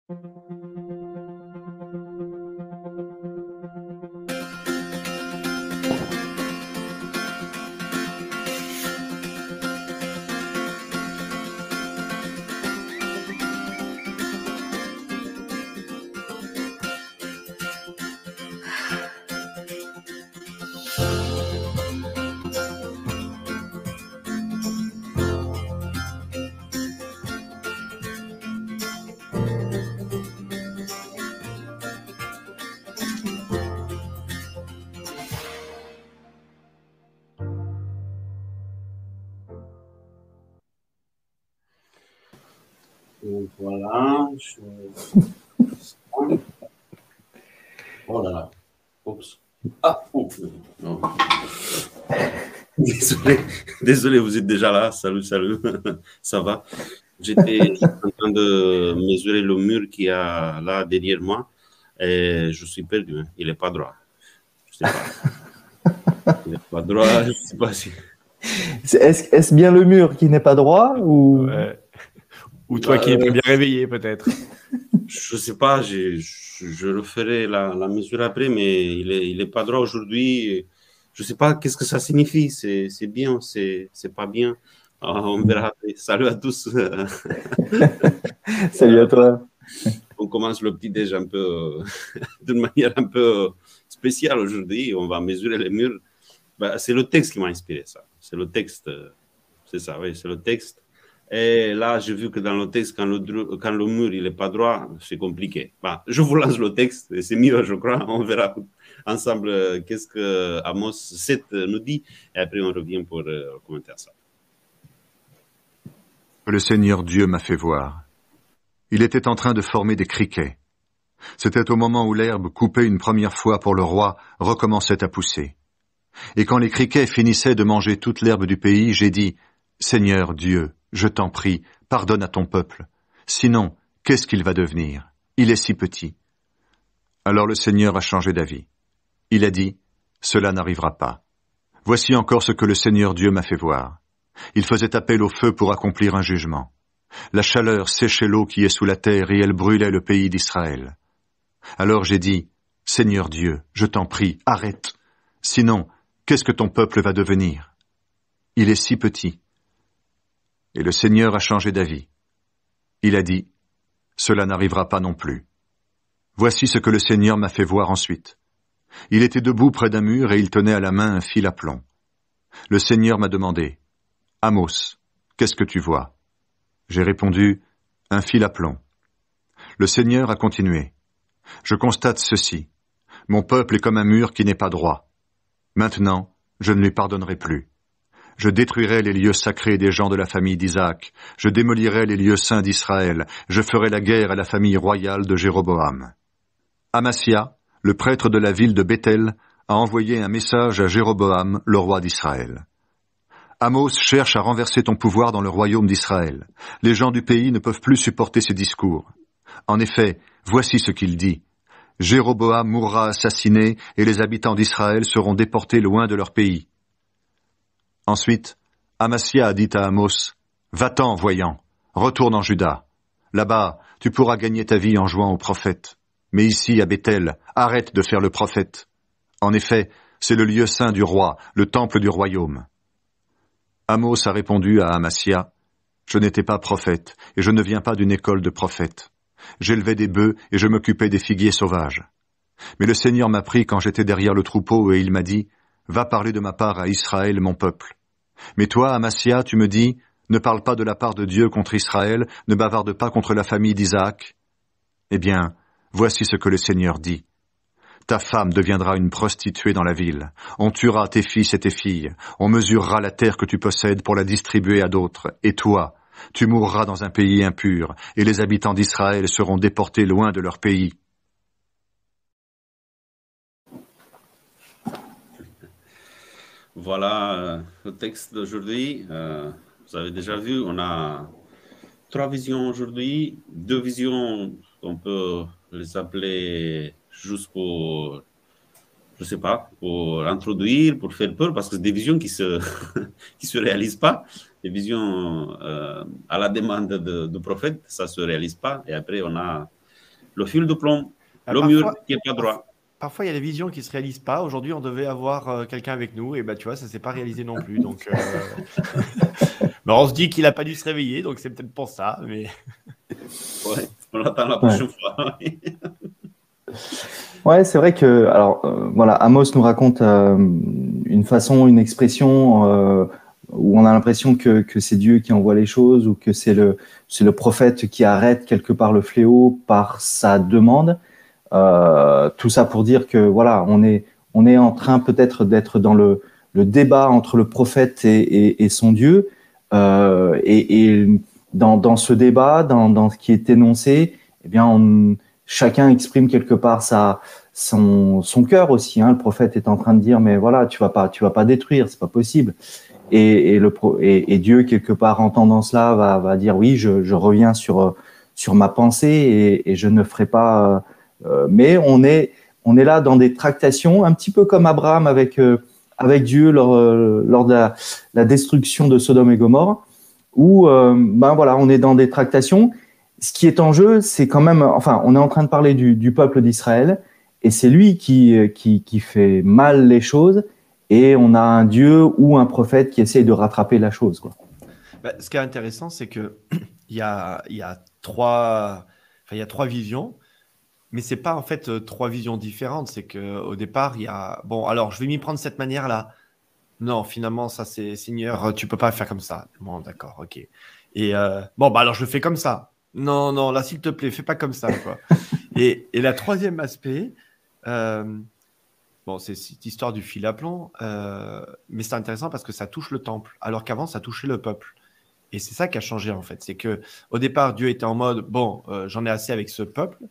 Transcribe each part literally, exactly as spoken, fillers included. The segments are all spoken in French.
Donc voilà, je... Oh là là, oups. Ah, oups. Non. Désolé, désolé, vous êtes déjà là. Salut, salut, ça va? J'étais en train de mesurer le mur qu'il y a là derrière moi et je suis perdu. Il n'est pas droit. Je sais pas. Il n'est pas droit, je sais pas si. Est-ce est-ce bien le mur qui n'est pas droit ou... Ouais. Ou toi qui n'es pas bien réveillé, peut-être. Je sais pas, je, je referai la, la mesure après, mais il est, il est pas droit aujourd'hui. Je sais pas qu'est-ce que ça signifie. C'est, c'est bien, c'est, c'est pas bien. Ah, on verra après. Salut à tous. Salut à toi. On commence le petit déj un peu, d'une manière un peu spéciale aujourd'hui. On va mesurer les murs. Ben, c'est le texte qui m'a inspiré ça. C'est le texte. C'est ça, oui, c'est le texte. Et là, j'ai vu que dans le texte, quand le, quand le mur il n'est pas droit, c'est compliqué. Bah, je vous lance le texte, et c'est mieux, je crois. On verra ensemble qu'est-ce que Amos sept nous dit, et après on revient pour euh, commenter ça. Le Seigneur Dieu m'a fait voir. Il était en train de former des criquets. C'était au moment où l'herbe, coupée une première fois pour le roi, recommençait à pousser. Et quand les criquets finissaient de manger toute l'herbe du pays, j'ai dit, « Seigneur Dieu, je t'en prie, pardonne à ton peuple. Sinon, qu'est-ce qu'il va devenir? Il est si petit. » Alors le Seigneur a changé d'avis. Il a dit, « Cela n'arrivera pas. Voici encore ce que le Seigneur Dieu m'a fait voir. Il faisait appel au feu pour accomplir un jugement. La chaleur séchait l'eau qui est sous la terre et elle brûlait le pays d'Israël. Alors j'ai dit, « Seigneur Dieu, je t'en prie, arrête. Sinon, qu'est-ce que ton peuple va devenir? Il est si petit. » Et le Seigneur a changé d'avis. Il a dit, « Cela n'arrivera pas non plus. » Voici ce que le Seigneur m'a fait voir ensuite. Il était debout près d'un mur et il tenait à la main un fil à plomb. Le Seigneur m'a demandé, « Amos, qu'est-ce que tu vois ?» J'ai répondu, « Un fil à plomb. » Le Seigneur a continué, « Je constate ceci. Mon peuple est comme un mur qui n'est pas droit. Maintenant, je ne lui pardonnerai plus. Je détruirai les lieux sacrés des gens de la famille d'Isaac. Je démolirai les lieux saints d'Israël. Je ferai la guerre à la famille royale de Jéroboam. » Amasia, le prêtre de la ville de Béthel, a envoyé un message à Jéroboam, le roi d'Israël. Amos cherche à renverser ton pouvoir dans le royaume d'Israël. Les gens du pays ne peuvent plus supporter ses discours. En effet, voici ce qu'il dit. Jéroboam mourra assassiné et les habitants d'Israël seront déportés loin de leur pays. Ensuite, Amasia a dit à Amos, « Va-t'en, voyant, retourne en Juda. Là-bas, tu pourras gagner ta vie en jouant au prophète. Mais ici, à Béthel, arrête de faire le prophète. En effet, c'est le lieu saint du roi, le temple du royaume. » Amos a répondu à Amasia, « Je n'étais pas prophète, et je ne viens pas d'une école de prophètes. J'élevais des bœufs et je m'occupais des figuiers sauvages. Mais le Seigneur m'a pris quand j'étais derrière le troupeau et il m'a dit, « Va parler de ma part à Israël, mon peuple. » Mais toi, Amasia, tu me dis, « Ne parle pas de la part de Dieu contre Israël, ne bavarde pas contre la famille d'Isaac. » Eh bien, voici ce que le Seigneur dit. Ta femme deviendra une prostituée dans la ville. On tuera tes fils et tes filles. On mesurera la terre que tu possèdes pour la distribuer à d'autres. Et toi, tu mourras dans un pays impur, et les habitants d'Israël seront déportés loin de leur pays. Voilà euh, le texte d'aujourd'hui. Euh, vous avez déjà vu, on a trois visions aujourd'hui. Deux visions, on peut les appeler juste pour, je sais pas, pour introduire, pour faire peur, parce que c'est des visions qui se, qui se réalisent pas. Des visions euh, à la demande de, de prophète, ça se réalise pas. Et après, on a le fil de plomb, Ah, le parfois, mur qui n'est pas droit. parfois, il y a des visions qui ne se réalisent pas. Aujourd'hui, on devait avoir euh, quelqu'un avec nous, et bah, tu vois, ça ne s'est pas réalisé non plus. Donc, euh... bah, on se dit qu'il n'a pas dû se réveiller, donc c'est peut-être pour ça. Mais... Ouais, on l'attend la prochaine ouais. fois. Ouais, c'est vrai que, alors, euh, voilà, Amos nous raconte euh, une façon, une expression euh, où on a l'impression que, que c'est Dieu qui envoie les choses ou que c'est le, c'est le prophète qui arrête quelque part le fléau par sa demande. Euh, tout ça pour dire que, voilà, on est, on est en train peut-être d'être dans le, le débat entre le prophète et, et, et son Dieu. Euh, et, et dans, dans ce débat, dans, dans ce qui est énoncé, eh bien, on, chacun exprime quelque part sa, son, son cœur aussi. Hein. Le prophète est en train de dire, mais voilà, tu vas pas, tu vas pas détruire, c'est pas possible. Et, et, le, et, et Dieu, quelque part, entendant cela, va, va dire, oui, je, je reviens sur, sur ma pensée et, et je ne ferai pas. Euh, mais on est, on est là dans des tractations, un petit peu comme Abraham avec, euh, avec Dieu lors, euh, lors de la, la destruction de Sodome et Gomorrhe, où, euh, ben voilà, on est dans des tractations. Ce qui est en jeu, c'est quand même, enfin, on est en train de parler du, du peuple d'Israël, et c'est lui qui, qui, qui fait mal les choses, et on a un Dieu ou un prophète qui essaye de rattraper la chose, quoi. Bah, ce qui est intéressant, c'est que il y a, il y a trois, enfin, il y a trois visions, mais c'est pas en fait trois visions différentes. C'est que au départ, il y a, bon, alors je vais m'y prendre de cette manière-là. Non, finalement, ça c'est Seigneur, tu peux pas faire comme ça. Bon, d'accord, ok. Et euh, bon, bah alors je le fais comme ça. Non, non, là, s'il te plaît, fais pas comme ça, quoi. et, et la troisième aspect, euh, bon, c'est cette histoire du fil à plomb, euh, mais c'est intéressant parce que ça touche le temple, alors qu'avant, ça touchait le peuple. Et c'est ça qui a changé, en fait. C'est que au départ, Dieu était en mode, bon, euh, j'en ai assez avec ce peuple.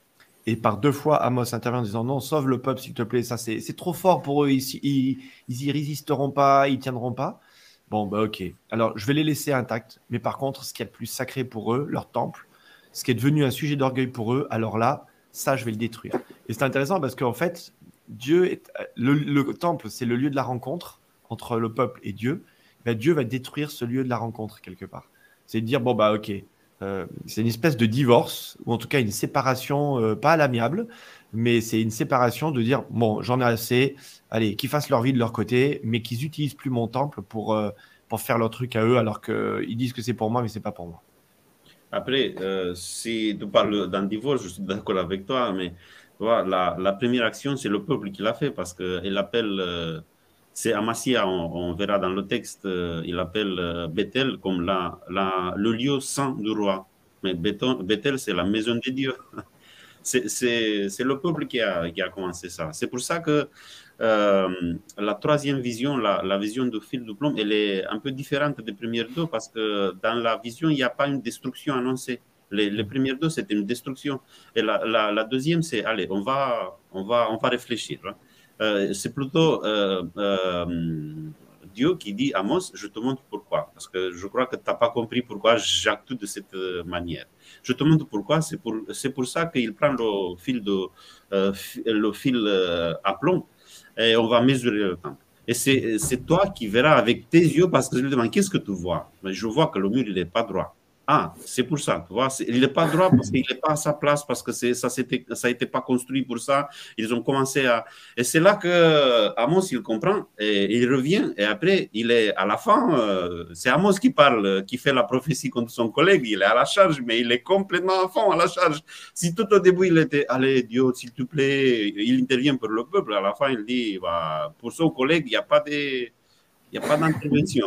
Et par deux fois, Amos intervient en disant, non, sauve le peuple, s'il te plaît. Ça, c'est, c'est trop fort pour eux. Ils, ils, ils y résisteront pas, ils tiendront pas. Bon, bah ok. Alors, je vais les laisser intacts. Mais par contre, ce qui est le plus sacré pour eux, leur temple, ce qui est devenu un sujet d'orgueil pour eux, alors là, ça, je vais le détruire. Et c'est intéressant parce qu'en fait, Dieu est, le, le temple, c'est le lieu de la rencontre entre le peuple et Dieu. Ben, Dieu va détruire ce lieu de la rencontre quelque part. C'est de dire, bon, bah ok, euh, c'est une espèce de divorce, ou en tout cas une séparation, euh, pas à l'amiable, mais c'est une séparation de dire, bon, j'en ai assez, allez, qu'ils fassent leur vie de leur côté, mais qu'ils n'utilisent plus mon temple pour, euh, pour faire leur truc à eux, alors qu'ils disent que c'est pour moi, mais c'est pas pour moi. Après, euh, si tu parles d'un divorce, je suis d'accord avec toi, mais tu vois, la, la première action, c'est le peuple qui l'a fait, parce qu'il appelle, euh, c'est Amassia, on, on verra dans le texte, euh, il appelle euh, Bethel comme la, la, le lieu saint du roi. Mais Bethel, Bethel c'est la maison de Dieu. C'est, c'est, c'est le peuple qui a, qui a commencé ça. C'est pour ça que euh, la troisième vision, la, la vision du fil de plomb, elle est un peu différente des premières deux parce que dans la vision, il n'y a pas une destruction annoncée. Les, les premières deux, c'était une destruction. Et la, la, la deuxième, c'est, allez, on va, on va, on va réfléchir. Hein. Euh, c'est plutôt euh, euh, Dieu qui dit à Amos, je te montre pourquoi. Parce que je crois que tu n'as pas compris pourquoi j'acte de cette manière. Je te montre pourquoi. C'est pour, c'est pour ça qu'il prend le fil, de, euh, le fil euh, à plomb et on va mesurer le temps. Et c'est, c'est toi qui verras avec tes yeux parce que je lui demande, qu'est-ce que tu vois? Mais je vois que le mur, il n'est pas droit. Ah, c'est pour ça, tu vois, c'est, il n'est pas droit parce qu'il n'est pas à sa place, parce que c'est, ça n'a été pas construit pour ça. Ils ont commencé à... Et c'est là que Amos, il comprend, et il revient, et après, il est à la fin, euh, c'est Amos qui parle, qui fait la prophétie contre son collègue, il est à la charge, mais il est complètement à fond à la charge. Si tout au début, il était, allez, Dieu, s'il te plaît, il intervient pour le peuple, à la fin, il dit, bah, pour son collègue, il n'y a pas de... Il n'y a pas d'intervention.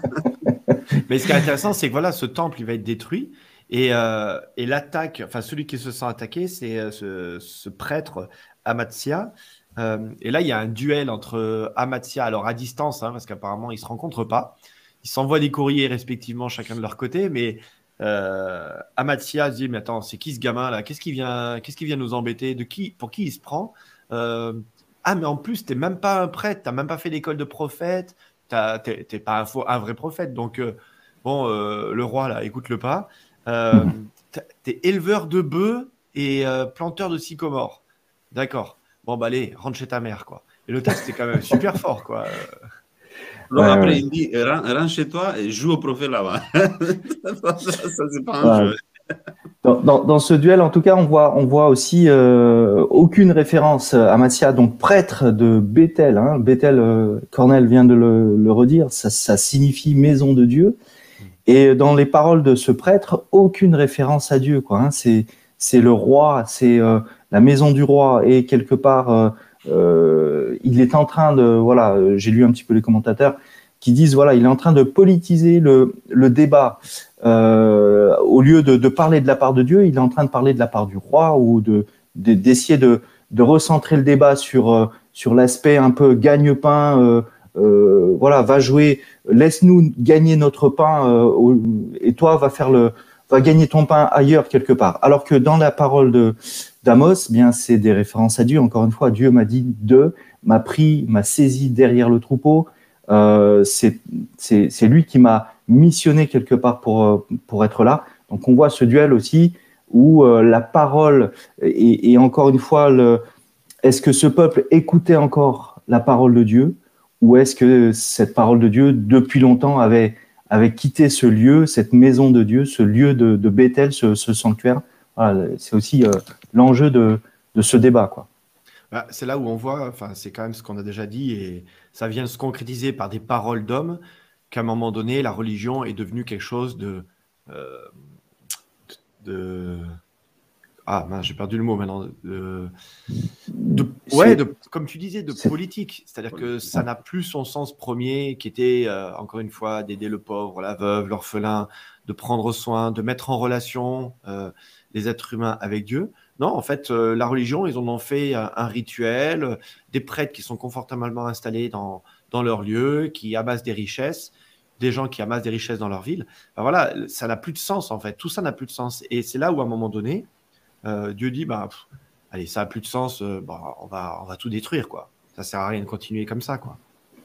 Mais ce qui est intéressant, c'est que voilà, ce temple, il va être détruit. Et, euh, et l'attaque, enfin, celui qui se sent attaqué, c'est euh, ce, ce prêtre Amatsia. Euh, et là, il y a un duel entre Amatsia, alors à distance, hein, parce qu'apparemment, ils ne se rencontrent pas. Ils s'envoient des courriers respectivement, chacun de leur côté. Mais euh, Amatsia se dit, mais attends, c'est qui ce gamin là? Qu'est-ce qui vient, qu'est-ce qui vient nous embêter? De qui, pour qui il se prend? euh, Ah, mais en plus, tu n'es même pas un prêtre, tu n'as même pas fait l'école de prophète. Tu n'es pas un, faux, un vrai prophète. Donc, euh, bon, euh, le roi, là, écoute-le pas. Euh, tu es éleveur de bœufs et euh, planteur de sycomores. D'accord. Bon, bah, allez, rentre chez ta mère, quoi. Et le texte, c'est quand même super fort, quoi. Alors, Ouais, après, ouais. il dit, rentre chez toi et joue au prophète là-bas. ça, ça c'est pas un Ouais. jeu. Dans, dans, dans ce duel, en tout cas, on voit, on voit aussi euh, aucune référence à Amasya, donc prêtre de Bethel. Hein. Bethel, euh, Cornel vient de le, le redire, ça, ça signifie maison de Dieu. Et dans les paroles de ce prêtre, aucune référence à Dieu, quoi. Hein. C'est, c'est le roi, c'est euh, la maison du roi, et quelque part, euh, euh, il est en train de, voilà, j'ai lu un petit peu les commentateurs qui disent, voilà, il est en train de politiser le, le débat. Euh, au lieu de, de parler de la part de Dieu, il est en train de parler de la part du roi, ou de, de d'essayer de, de recentrer le débat sur euh, sur l'aspect un peu gagne-pain. Euh, euh, voilà, va jouer, laisse-nous gagner notre pain, euh, au, et toi va faire le, va gagner ton pain ailleurs quelque part. Alors que dans la parole de d'Amos, bien c'est des références à Dieu. Encore une fois, Dieu m'a dit de, m'a pris, m'a saisi derrière le troupeau. Euh, c'est c'est c'est lui qui m'a missionné quelque part pour pour être là. Donc on voit ce duel aussi où euh, la parole et, et encore une fois, le, est-ce que ce peuple écoutait encore la parole de Dieu, ou est-ce que cette parole de Dieu depuis longtemps avait avait quitté ce lieu, cette maison de Dieu, ce lieu de, de Bethel, ce, ce sanctuaire. Voilà, c'est aussi euh, l'enjeu de de ce débat, quoi. Bah, c'est là où on voit, enfin, c'est quand même ce qu'on a déjà dit, et ça vient se concrétiser par des paroles d'hommes, qu'à un moment donné, la religion est devenue quelque chose de... euh, de ah, mince, j'ai perdu le mot maintenant. De, de, ouais, de, comme tu disais, de politique. C'est-à-dire que ça n'a plus son sens premier, qui était, euh, encore une fois, d'aider le pauvre, la veuve, l'orphelin, de prendre soin, de mettre en relation euh, les êtres humains avec Dieu. Non, en fait, euh, la religion, ils en ont fait un, un rituel, euh, des prêtres qui sont confortablement installés dans, dans leur lieu, qui amassent des richesses, des gens qui amassent des richesses dans leur ville. Ben voilà, ça n'a plus de sens, en fait. Tout ça n'a plus de sens. Et c'est là où, à un moment donné, euh, Dieu dit, bah, pff, allez, ça n'a plus de sens, euh, bah, on, va, on va tout détruire, quoi. Ça ne sert à rien de continuer comme ça, quoi.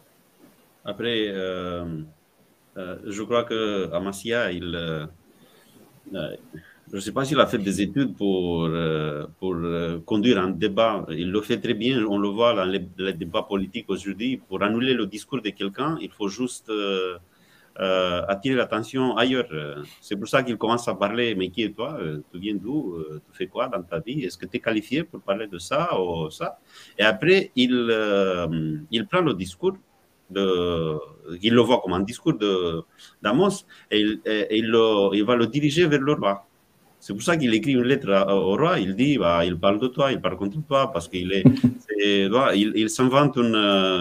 Après, euh, euh, je crois que Amasya, il... Euh, euh, je ne sais pas s'il a fait des études pour, euh, pour euh, conduire un débat. Il le fait très bien. On le voit dans les, les débats politiques aujourd'hui. Pour annuler le discours de quelqu'un, il faut juste euh, euh, attirer l'attention ailleurs. C'est pour ça qu'il commence à parler. Mais qui es toi? Tu viens d'où? Tu fais quoi dans ta vie? Est-ce que tu es qualifié pour parler de ça ou ça? Et après, il, euh, il prend le discours. De, il le voit comme un discours d'Amos et, il, et il, le, il va le diriger vers le roi. C'est pour ça qu'il écrit une lettre au roi. Il dit, bah, il parle de toi, il parle contre toi, parce qu'il est, est il, il s'invente une,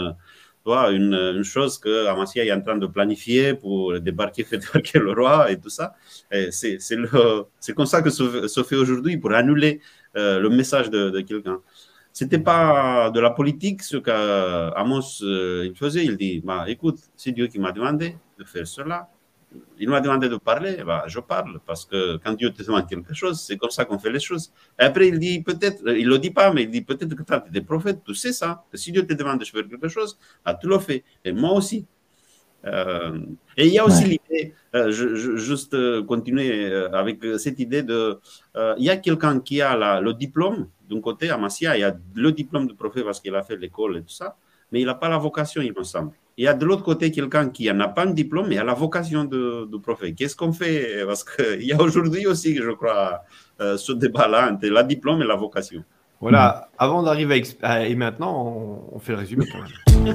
une, une chose que Amasya est en train de planifier pour débarquer, faire débarquer le roi et tout ça. C'est, c'est, le, c'est comme ça que se, se fait aujourd'hui pour annuler euh, le message de, de quelqu'un. C'était pas de la politique ce qu'Amos euh, il faisait. Il dit, bah, écoute, c'est Dieu qui m'a demandé de faire cela. Il m'a demandé de parler, bah, je parle, parce que quand Dieu te demande quelque chose, c'est comme ça qu'on fait les choses. Et après, il dit peut-être, il ne le dit pas, mais il dit peut-être que tu es des prophètes, tu sais ça, que si Dieu te demande de faire quelque chose, bah, tu le fais. Et moi aussi. Euh, et il y a aussi ouais. l'idée, euh, je, je, juste euh, continuer euh, avec cette idée de, euh, il y a quelqu'un qui a la, le diplôme, d'un côté, Amasya, il y a le diplôme de prophète parce qu'il a fait l'école et tout ça, mais il n'a pas la vocation, il me semble. Il y a de l'autre côté quelqu'un qui n'a pas un diplôme, mais a la vocation de, de prophète. Qu'est-ce qu'on fait? Parce qu'il y a aujourd'hui aussi, je crois, euh, ce débat-là entre la diplôme et la vocation. Voilà, mmh. Avant d'arriver à... Et maintenant, on, on fait le résumé quand même.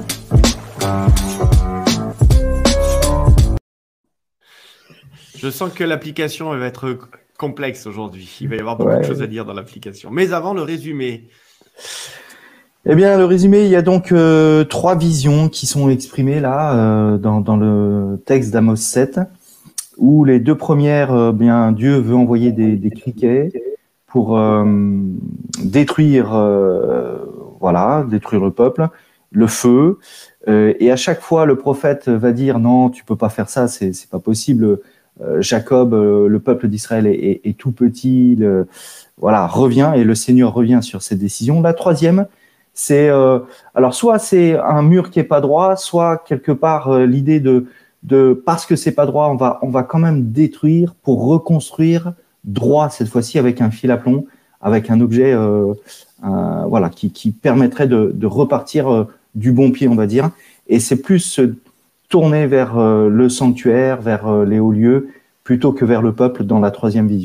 Je sens que l'application va être complexe aujourd'hui. Il va y avoir beaucoup ouais. de choses à dire dans l'application. Mais avant, le résumé. Eh bien, le résumé, il y a donc euh, trois visions qui sont exprimées là euh, dans, dans le texte d'Amos sept, où les deux premières, euh, bien, Dieu veut envoyer des, des criquets pour euh, détruire, euh, voilà, détruire le peuple, le feu, euh, et à chaque fois, le prophète va dire non, tu peux pas faire ça, c'est c'est pas possible. Euh, Jacob, euh, le peuple d'Israël est, est, est tout petit, le, voilà, revient et le Seigneur revient sur cette décision. La troisième, c'est euh, alors soit c'est un mur qui est pas droit, soit quelque part euh, l'idée de de parce que c'est pas droit, on va on va quand même détruire pour reconstruire droit cette fois-ci avec un fil à plomb, avec un objet euh, un, voilà qui qui permettrait de de repartir euh, du bon pied, on va dire. Et c'est plus se tourner vers euh, le sanctuaire, vers euh, les hauts lieux, plutôt que vers le peuple dans la troisième vision.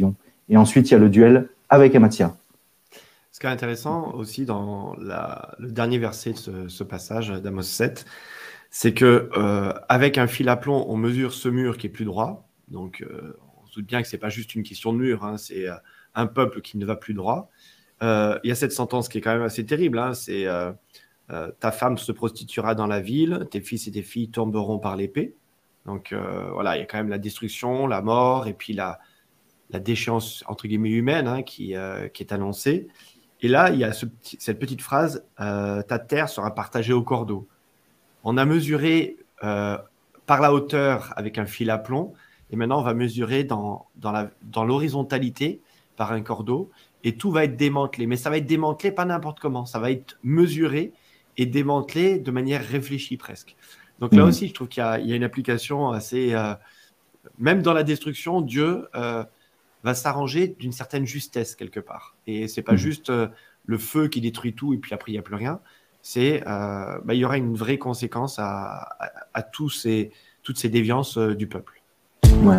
Et ensuite, il y a le duel avec Amathia. Ce qui est intéressant aussi dans la, le dernier verset de ce, ce passage d'Amos sept, c'est que euh, avec un fil à plomb, on mesure ce mur qui est plus droit. Donc, euh, on se doute bien que c'est pas juste une question de mur, hein, c'est euh, un peuple qui ne va plus droit. Euh, il y a cette sentence qui est quand même assez terrible. Hein, c'est euh, euh, ta femme se prostituera dans la ville, tes fils et tes filles tomberont par l'épée. Donc euh, voilà, il y a quand même la destruction, la mort, et puis la, la déchéance entre guillemets humaine hein, qui, euh, qui est annoncée. Et là, il y a ce petit, cette petite phrase euh, ta terre sera partagée au cordeau. On a mesuré euh, par la hauteur avec un fil à plomb, et maintenant on va mesurer dans, dans, la, dans l'horizontalité par un cordeau, et tout va être démantelé. Mais ça va être démantelé pas n'importe comment, ça va être mesuré et démantelé de manière réfléchie presque. Donc là mmh. aussi, je trouve qu'il y a, il y a une application assez... Euh, même dans la destruction, Dieu euh, va s'arranger d'une certaine justesse quelque part. Et c'est pas mmh. juste euh, le feu qui détruit tout et puis après il n'y a plus rien. C'est, euh, bah, il y aura une vraie conséquence à, à, à tous ces, toutes ces déviances euh, du peuple. Ouais.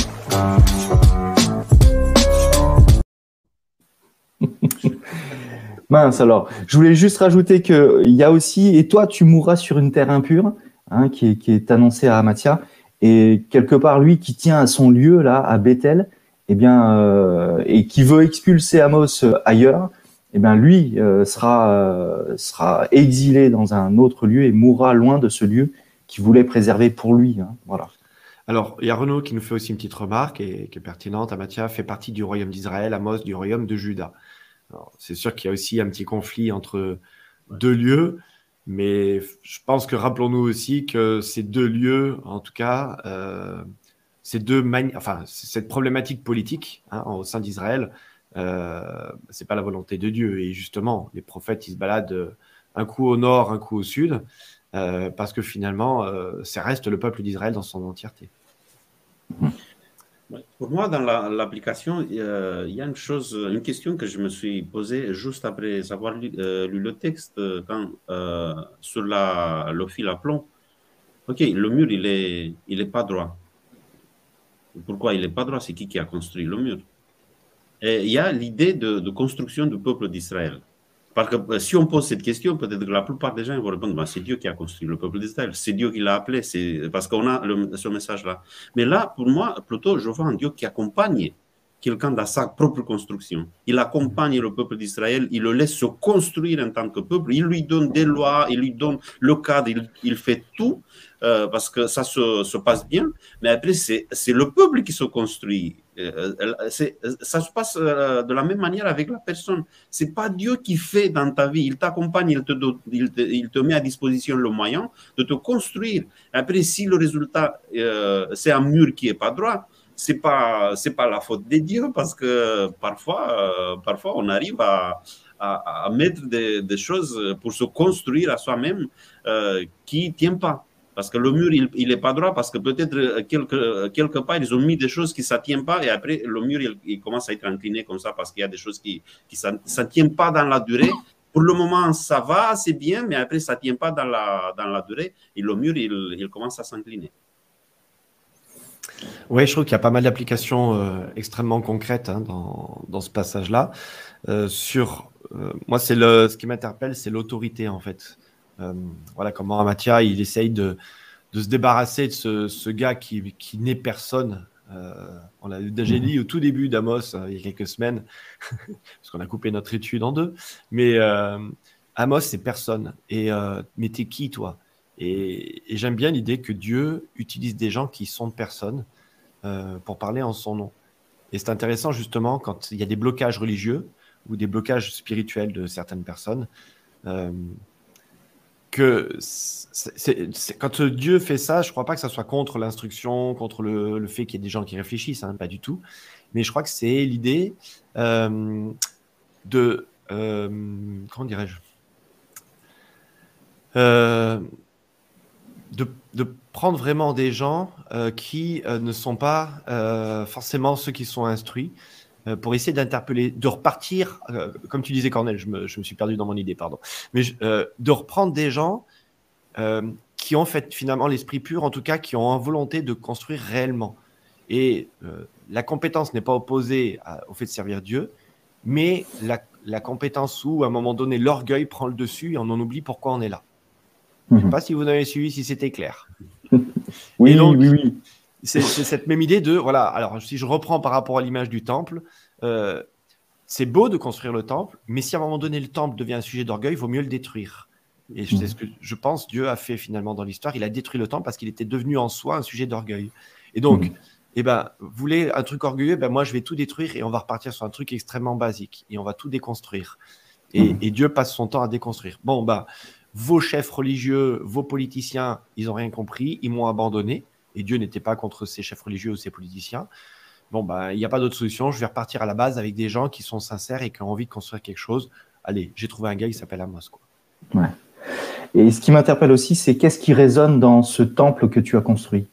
Mince, alors, je voulais juste rajouter qu'il y a aussi, et toi tu mourras sur une terre impure, hein, qui, est, qui est annoncé à Amathia, et quelque part lui qui tient à son lieu là, à Bethel, eh bien, euh, et qui veut expulser Amos ailleurs, eh bien lui euh, sera, euh, sera exilé dans un autre lieu et mourra loin de ce lieu qu'il voulait préserver pour lui. Hein, voilà. Alors, il y a Renaud qui nous fait aussi une petite remarque et qui est pertinente. Amathia fait partie du royaume d'Israël, Amos du royaume de Juda. Alors, c'est sûr qu'il y a aussi un petit conflit entre ouais. deux lieux, mais je pense que rappelons-nous aussi que ces deux lieux, en tout cas, euh, ces deux mani- enfin, cette problématique politique hein, au sein d'Israël, euh, c'est pas la volonté de Dieu. Et justement, les prophètes, ils se baladent un coup au nord, un coup au sud, euh, parce que finalement, euh, ça reste le peuple d'Israël dans son entièreté. Pour moi, dans la, l'application, euh, il y a une chose, une question que je me suis posée juste après avoir lu, euh, lu le texte, quand, euh, sur la, le fil à plomb. Ok, le mur, il est, il est pas droit. Pourquoi il n'est pas droit? C'est qui qui a construit le mur? Et il y a l'idée de, de construction du peuple d'Israël. Parce que si on pose cette question, peut-être que la plupart des gens vont répondre ben, c'est Dieu qui a construit le peuple d'Israël, c'est Dieu qui l'a appelé, c'est parce qu'on a le, ce message-là. Mais là, pour moi, plutôt, je vois un Dieu qui accompagne quelqu'un dans sa propre construction. Il accompagne le peuple d'Israël, il le laisse se construire en tant que peuple, il lui donne des lois, il lui donne le cadre, il, il fait tout euh, parce que ça se, se passe bien. Mais après, c'est, c'est le peuple qui se construit. Euh, c'est, ça se passe euh, de la même manière avec la personne. C'est pas Dieu qui fait dans ta vie. Il t'accompagne, il te, il te, il te met à disposition le moyen de te construire. Après, si le résultat, euh, c'est un mur qui est pas droit, c'est pas, c'est pas la faute de Dieu parce que parfois, euh, parfois on arrive à, à, à mettre des, des choses pour se construire à soi-même euh, qui ne tiennent pas. Parce que le mur, il n'est pas droit, parce que peut-être quelque, quelque part, ils ont mis des choses qui ne tiennent pas, et après, le mur, il, il commence à être incliné comme ça, parce qu'il y a des choses qui ne tiennent pas dans la durée. Pour le moment, ça va, c'est bien, mais après, ça ne tient pas dans la, dans la durée, et le mur, il, il commence à s'incliner. Oui, je trouve qu'il y a pas mal d'applications euh, extrêmement concrètes hein, dans, dans ce passage-là. Euh, sur, euh, moi, c'est le, ce qui m'interpelle, c'est l'autorité, en fait. Euh, voilà comment Amathia il essaye de, de se débarrasser de ce, ce gars qui, qui n'est personne. Euh, on l'a déjà dit au tout début d'Amos euh, il y a quelques semaines, parce qu'on a coupé notre étude en deux. Mais euh, Amos, c'est personne. Et, euh, mais t'es qui, toi? Et, et j'aime bien l'idée que Dieu utilise des gens qui sont personnes euh, pour parler en son nom. Et c'est intéressant justement quand il y a des blocages religieux ou des blocages spirituels de certaines personnes. Euh, que c'est, c'est, c'est, quand Dieu fait ça, je ne crois pas que ça soit contre l'instruction, contre le, le fait qu'il y ait des gens qui réfléchissent, hein, pas du tout. Mais je crois que c'est l'idée euh, de... Euh, comment dirais-je euh, de, de prendre vraiment des gens euh, qui euh, ne sont pas euh, forcément ceux qui sont instruits, Euh, pour essayer d'interpeller, de repartir, euh, comme tu disais Cornel, je me, je me suis perdu dans mon idée, pardon, mais euh, de reprendre des gens euh, qui ont fait finalement l'esprit pur, en tout cas qui ont en volonté de construire réellement. Et euh, la compétence n'est pas opposée à, au fait de servir Dieu, mais la, la compétence où, à un moment donné, l'orgueil prend le dessus et on en oublie pourquoi on est là. Je ne sais pas si vous avez suivi, si c'était clair. Oui, et donc, oui, oui. C'est cette même idée de, voilà, alors si je reprends par rapport à l'image du temple, euh, c'est beau de construire le temple, mais si à un moment donné le temple devient un sujet d'orgueil, il vaut mieux le détruire. Et c'est ce que je pense Dieu a fait finalement dans l'histoire. Il a détruit le temple parce qu'il était devenu en soi un sujet d'orgueil. Et donc, mmh. eh ben, vous voulez un truc orgueilleux, ben moi je vais tout détruire et on va repartir sur un truc extrêmement basique et on va tout déconstruire. Et, mmh. et Dieu passe son temps à déconstruire. Bon, bah, vos chefs religieux, vos politiciens, ils n'ont rien compris, ils m'ont abandonné. Et Dieu n'était pas contre ces chefs religieux ou ces politiciens. Bon, bah, il n'y a pas d'autre solution. Je vais repartir à la base avec des gens qui sont sincères et qui ont envie de construire quelque chose. Allez, j'ai trouvé un gars, il s'appelle Amos, quoi. Ouais. Et ce qui m'interpelle aussi, c'est qu'est-ce qui résonne dans ce temple que tu as construit?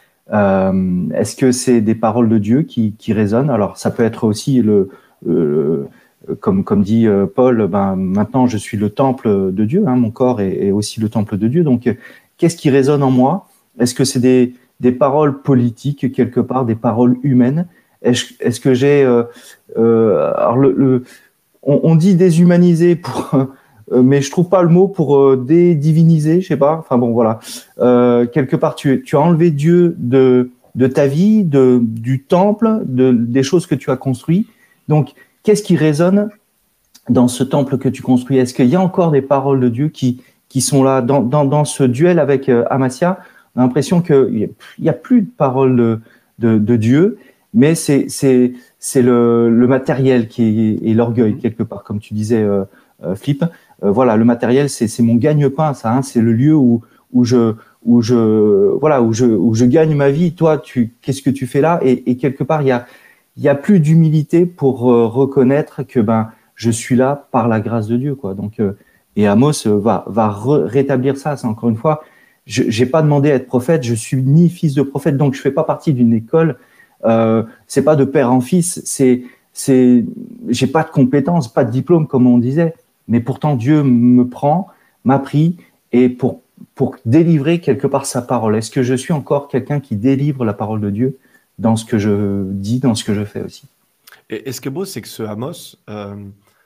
euh, Est-ce que c'est des paroles de Dieu qui, qui résonnent? Alors, ça peut être aussi, le, le, comme, comme dit Paul, ben, maintenant je suis le temple de Dieu, hein, mon corps est, est aussi le temple de Dieu. Donc, qu'est-ce qui résonne en moi? Est-ce que c'est des des paroles politiques quelque part, des paroles humaines? Est-ce, est-ce que j'ai euh, euh, alors le, le on, on dit déshumaniser pour euh, mais je trouve pas le mot pour euh, dédiviniser, je sais pas. Enfin bon, voilà. Euh, quelque part, tu, tu as enlevé Dieu de de ta vie, de du temple, de des choses que tu as construit. Donc, qu'est-ce qui résonne dans ce temple que tu construis? Est-ce qu'il y a encore des paroles de Dieu qui qui sont là dans dans, dans ce duel avec euh, Amasia? On a l'impression qu'il n'y a plus de parole de, de, de Dieu, mais c'est, c'est, c'est le, le matériel qui est, est l'orgueil, quelque part, comme tu disais, euh, euh, Flip. Euh, voilà, le matériel, c'est, c'est mon gagne-pain, ça, hein, c'est le lieu où, où, je, où, je, voilà, où, je, où je gagne ma vie. Toi, tu, qu'est-ce que tu fais là? et, et quelque part, il y a, il y a plus d'humilité pour euh, reconnaître que ben, je suis là par la grâce de Dieu, quoi. Donc, euh, et Amos euh, va, va re- rétablir ça, c'est encore une fois. Je n'ai pas demandé à être prophète, je suis ni fils de prophète, donc je fais pas partie d'une école. Euh, c'est pas de père en fils, c'est, c'est, j'ai pas de compétences, pas de diplôme comme on disait, mais pourtant Dieu me prend, m'a pris et pour pour délivrer quelque part sa parole. Est-ce que je suis encore quelqu'un qui délivre la parole de Dieu dans ce que je dis, dans ce que je fais aussi? Et, et ce qui est beau, c'est que ce Amos, euh,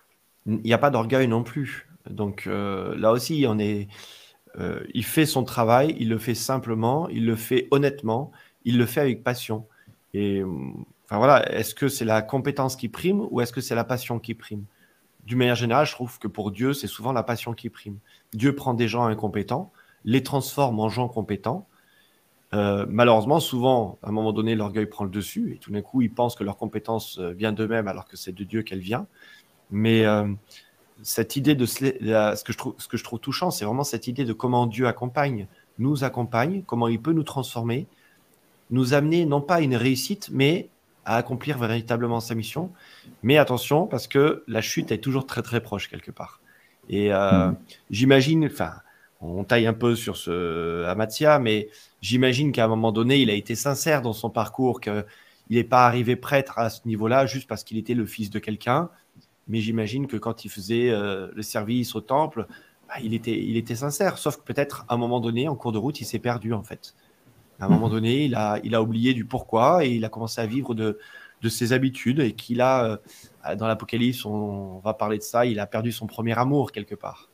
il n'y a pas d'orgueil non plus. Donc euh, là aussi, on est Euh, il fait son travail, il le fait simplement, il le fait honnêtement, il le fait avec passion. Et enfin voilà, est-ce que c'est la compétence qui prime ou est-ce que c'est la passion qui prime? D'une manière générale, je trouve que pour Dieu, c'est souvent la passion qui prime. Dieu prend des gens incompétents, les transforme en gens compétents. Euh, malheureusement, souvent, à un moment donné, l'orgueil prend le dessus et tout d'un coup, ils pensent que leur compétence vient d'eux-mêmes alors que c'est de Dieu qu'elle vient. Mais euh, cette idée de ce que je trouve, ce que je trouve touchant, c'est vraiment cette idée de comment Dieu accompagne, nous accompagne, comment il peut nous transformer, nous amener non pas à une réussite, mais à accomplir véritablement sa mission. Mais attention, parce que la chute est toujours très très proche quelque part. Et euh, mmh. j'imagine, enfin, on taille un peu sur ce Amasia, mais j'imagine qu'à un moment donné, il a été sincère dans son parcours, qu'il n'est pas arrivé prêtre à ce niveau-là juste parce qu'il était le fils de quelqu'un. Mais j'imagine que quand il faisait euh, le service au temple, bah, il, était, il était sincère. Sauf que peut-être, à un moment donné, en cours de route, il s'est perdu, en fait. À un moment donné, il a, il a oublié du pourquoi et il a commencé à vivre de, de ses habitudes. Et qu'il a, euh, dans l'Apocalypse, on, on va parler de ça, il a perdu son premier amour, quelque part.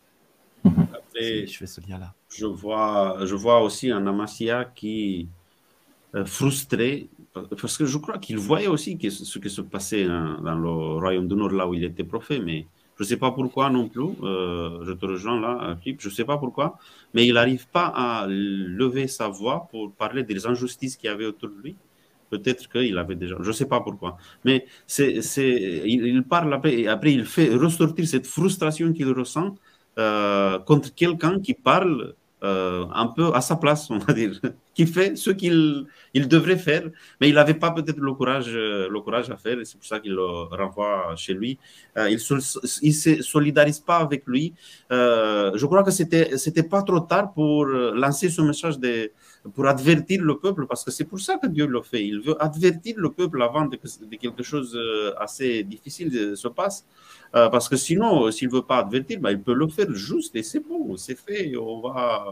Après, je fais ce lien-là. Je vois, je vois aussi un Amasia qui est frustré. Parce que je crois qu'il voyait aussi ce qui se passait dans le royaume du Nord, là où il était prophète, mais je ne sais pas pourquoi non plus. Euh, je te rejoins là, Philippe, je ne sais pas pourquoi, mais il n'arrive pas à lever sa voix pour parler des injustices qu'il y avait autour de lui. Peut-être qu'il avait déjà, je ne sais pas pourquoi, mais c'est, c'est, il, il parle après, et après il fait ressortir cette frustration qu'il ressent euh, contre quelqu'un qui parle euh, un peu à sa place, on va dire, qui fait ce qu'il il devrait faire, mais il n'avait pas peut-être le courage, le courage à faire, et c'est pour ça qu'il le renvoie chez lui. Euh, il ne se solidarise pas avec lui. Euh, je crois que c'était c'était pas trop tard pour lancer ce message, de, pour avertir le peuple, parce que c'est pour ça que Dieu le fait. Il veut avertir le peuple avant que de quelque chose assez difficile se passe, euh, parce que sinon, s'il ne veut pas avertir, ben, il peut le faire juste, et c'est bon, c'est fait, on va...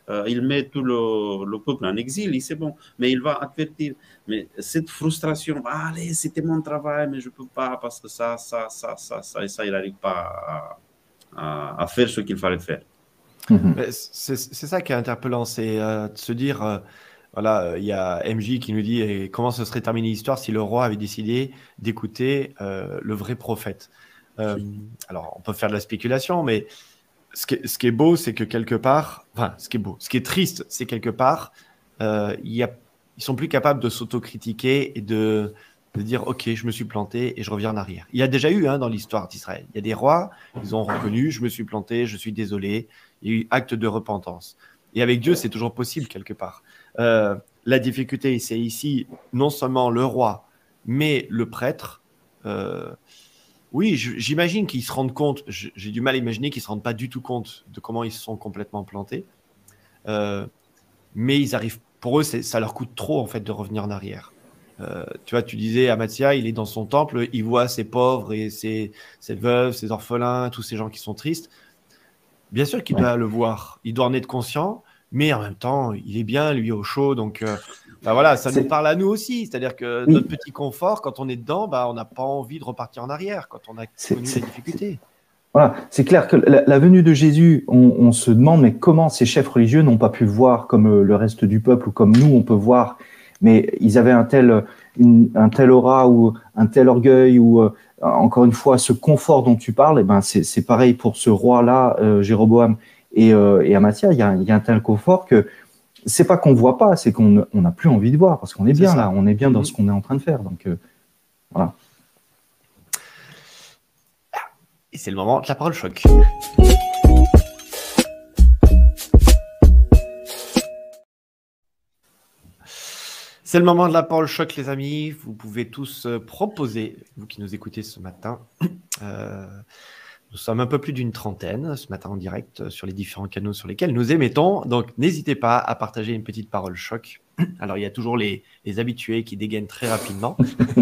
euh, il met tout le, le peuple en exil, c'est bon. Mais il va advertir. Mais cette frustration, ah, allez, c'était mon travail, mais je ne peux pas parce que ça, ça, ça, ça, ça, et ça, il n'arrive pas à, à, à faire ce qu'il fallait faire. Mm-hmm. C'est ça qui est interpellant, c'est euh, de se dire, euh, voilà, il euh, y a M J qui nous dit eh, comment se serait terminée l'histoire si le roi avait décidé d'écouter euh, le vrai prophète. Euh, alors, on peut faire de la spéculation, mais ce qui est, ce qui est beau, c'est que quelque part, enfin, ce qui est beau, ce qui est triste, c'est quelque part, euh, y a, ils sont plus capables de s'autocritiquer et de, de dire, OK, je me suis planté et je reviens en arrière. Il y a déjà eu hein, dans l'histoire d'Israël, il y a des rois, ils ont reconnu, je me suis planté, je suis désolé, il y a eu acte de repentance. Et avec Dieu, c'est toujours possible quelque part. Euh, la difficulté, c'est ici, non seulement le roi, mais le prêtre. Euh, oui, j'imagine qu'ils se rendent compte, j'ai du mal à imaginer qu'ils ne se rendent pas du tout compte de comment ils se sont complètement plantés. Euh, mais ils arrivent, pour eux, ça leur coûte trop en fait de revenir en arrière. Euh, tu vois, tu disais, Amathia, il est dans son temple, il voit ses pauvres et ses, ses veuves, ses orphelins, tous ces gens qui sont tristes. Bien sûr qu'il doit le voir, il doit en être conscient, mais en même temps, il est bien, lui, au chaud. Donc, euh, bah voilà, ça nous parle à nous aussi. C'est-à-dire que oui. notre petit confort, quand on est dedans, bah, on n'a pas envie de repartir en arrière quand on a connu les difficultés. Voilà, c'est clair que la, la venue de Jésus, on, on se demande, mais comment ces chefs religieux n'ont pas pu voir comme le reste du peuple ou comme nous, on peut voir. Mais ils avaient un tel, une, un tel aura ou un tel orgueil ou, euh, encore une fois, ce confort dont tu parles, eh ben c'est pareil pour ce roi-là, euh, Jéroboam et, euh, et Amathia. Il y a, il y a un tel confort que c'est pas qu'on voit pas, c'est qu'on n'a plus envie de voir parce qu'on est, est bien ça. Là, on est bien dans mmh. ce qu'on est en train de faire. Donc, euh, voilà. Et c'est le moment de la parole choc. C'est le moment de la parole choc, les amis. Vous pouvez tous euh, proposer, vous qui nous écoutez ce matin. Euh, nous sommes un peu plus d'une trentaine ce matin en direct sur les différents canaux sur lesquels nous émettons. Donc, n'hésitez pas à partager une petite parole choc. Alors, il y a toujours les, les habitués qui dégainent très rapidement.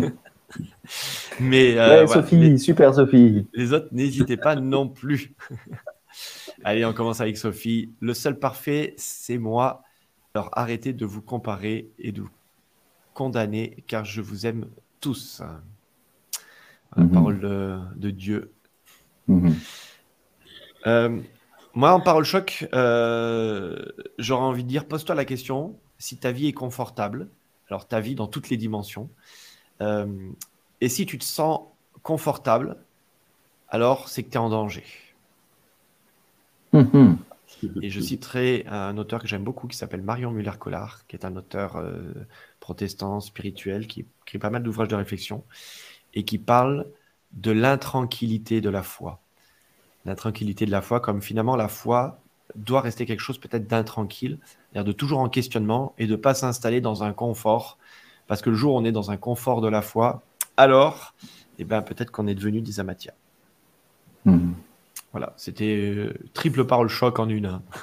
Mais euh, ouais, voilà, Sophie, les, super Sophie. Les autres, n'hésitez pas non plus. Allez, on commence avec Sophie. Le seul parfait, c'est moi. Alors, arrêtez de vous comparer et de vous condamner, car je vous aime tous. La mm-hmm. parole de, de Dieu. Mm-hmm. euh, moi, en parole choc, euh, j'aurais envie de dire, pose-toi la question, si ta vie est confortable, alors ta vie dans toutes les dimensions, euh, et si tu te sens confortable, alors c'est que tu es en danger. Mm-hmm. Et je citerai un auteur que j'aime beaucoup qui s'appelle Marion Muller-Collard, qui est un auteur euh, protestant, spirituel, qui écrit pas mal d'ouvrages de réflexion et qui parle de l'intranquillité de la foi. L'intranquillité de la foi, comme finalement la foi doit rester quelque chose peut-être d'intranquille, c'est-à-dire de toujours en questionnement et de ne pas s'installer dans un confort. Parce que le jour où on est dans un confort de la foi, alors eh ben, peut-être qu'on est devenu des Amathia. Mmh. Voilà, c'était euh, triple parole choc en une. Hein.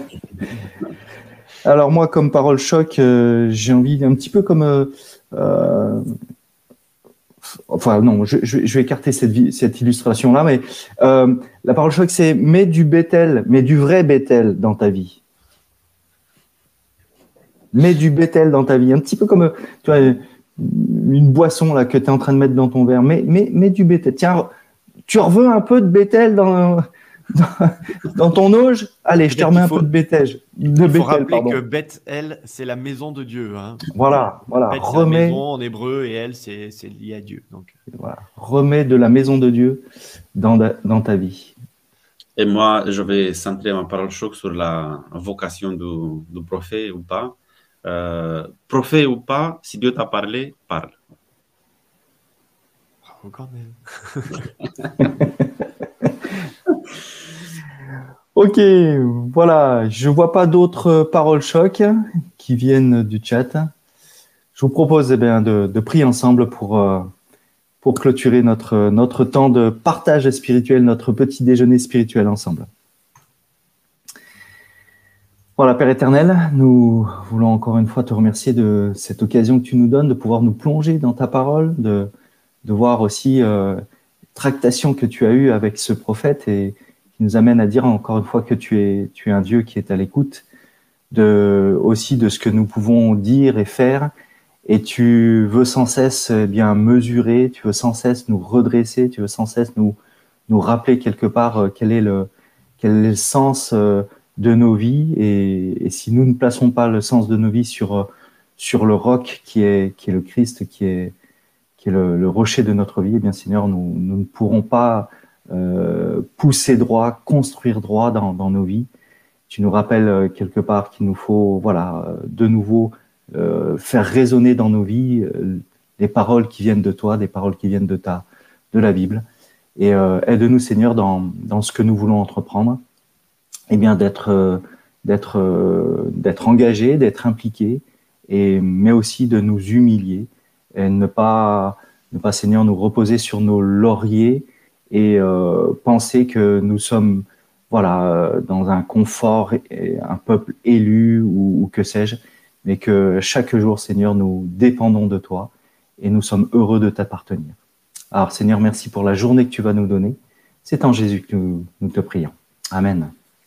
Alors moi, comme parole choc, euh, j'ai envie un petit peu comme... Euh, euh, enfin non, je, je, je vais écarter cette, cette illustration-là, mais euh, la parole choc, c'est mets du Bethel, mets du vrai Bethel dans ta vie. Mets du Bethel dans ta vie. Un petit peu comme tu vois, une boisson là, que tu es en train de mettre dans ton verre. Mets, mets, mets du Bethel. Tiens, tu en veux un peu de Bethel dans, dans, dans ton auge? Allez, je te remets un peu de Bethel. De Il faut Bethel, rappeler pardon. que Bethel, c'est la maison de Dieu. Hein. Voilà, voilà. Beth, c'est remets, la maison en hébreu et elle, c'est lié à Dieu. Donc. Voilà. Remets de la maison de Dieu dans, dans ta vie. Et moi, je vais centrer ma parole choc sur la vocation du, du prophète ou pas. Euh, prophète ou pas, si Dieu t'a parlé, parle. Bravo quand même. Ok, voilà, je vois pas d'autres paroles choc qui viennent du chat. Je vous propose eh bien, de, de prier ensemble pour, euh, pour clôturer notre, notre temps de partage spirituel, notre petit déjeuner spirituel ensemble. Voilà, Père éternel, nous voulons encore une fois te remercier de cette occasion que tu nous donnes de pouvoir nous plonger dans ta parole, de, de voir aussi euh, les tractations que tu as eues avec ce prophète et qui nous amène à dire encore une fois que tu es, tu es un Dieu qui est à l'écoute de, aussi de ce que nous pouvons dire et faire. Et tu veux sans cesse eh bien mesurer, tu veux sans cesse nous redresser, tu veux sans cesse nous, nous rappeler quelque part euh, quel est le, quel est le sens euh, de nos vies. Et, et si nous ne plaçons pas le sens de nos vies sur, sur le roc qui est, qui est le Christ, qui est, qui est le, le rocher de notre vie, eh bien Seigneur, nous, nous ne pourrons pas euh, pousser droit, construire droit dans, dans nos vies. Tu nous rappelles euh, quelque part qu'il nous faut, voilà, euh, de nouveau euh, faire résonner dans nos vies euh, les paroles qui viennent de toi, des paroles qui viennent de ta, de la Bible. Et euh, aide-nous, Seigneur, dans, dans ce que nous voulons entreprendre, eh bien d'être, euh, d'être, euh, d'être engagés, d'être impliqués, et mais aussi de nous humilier et ne pas, ne pas, Seigneur, nous reposer sur nos lauriers et euh, penser que nous sommes, voilà, euh, dans un confort, et un peuple élu ou, ou que sais-je, mais que chaque jour, Seigneur, nous dépendons de toi et nous sommes heureux de t'appartenir. Alors, Seigneur, merci pour la journée que tu vas nous donner. C'est en Jésus que nous, nous te prions. Amen.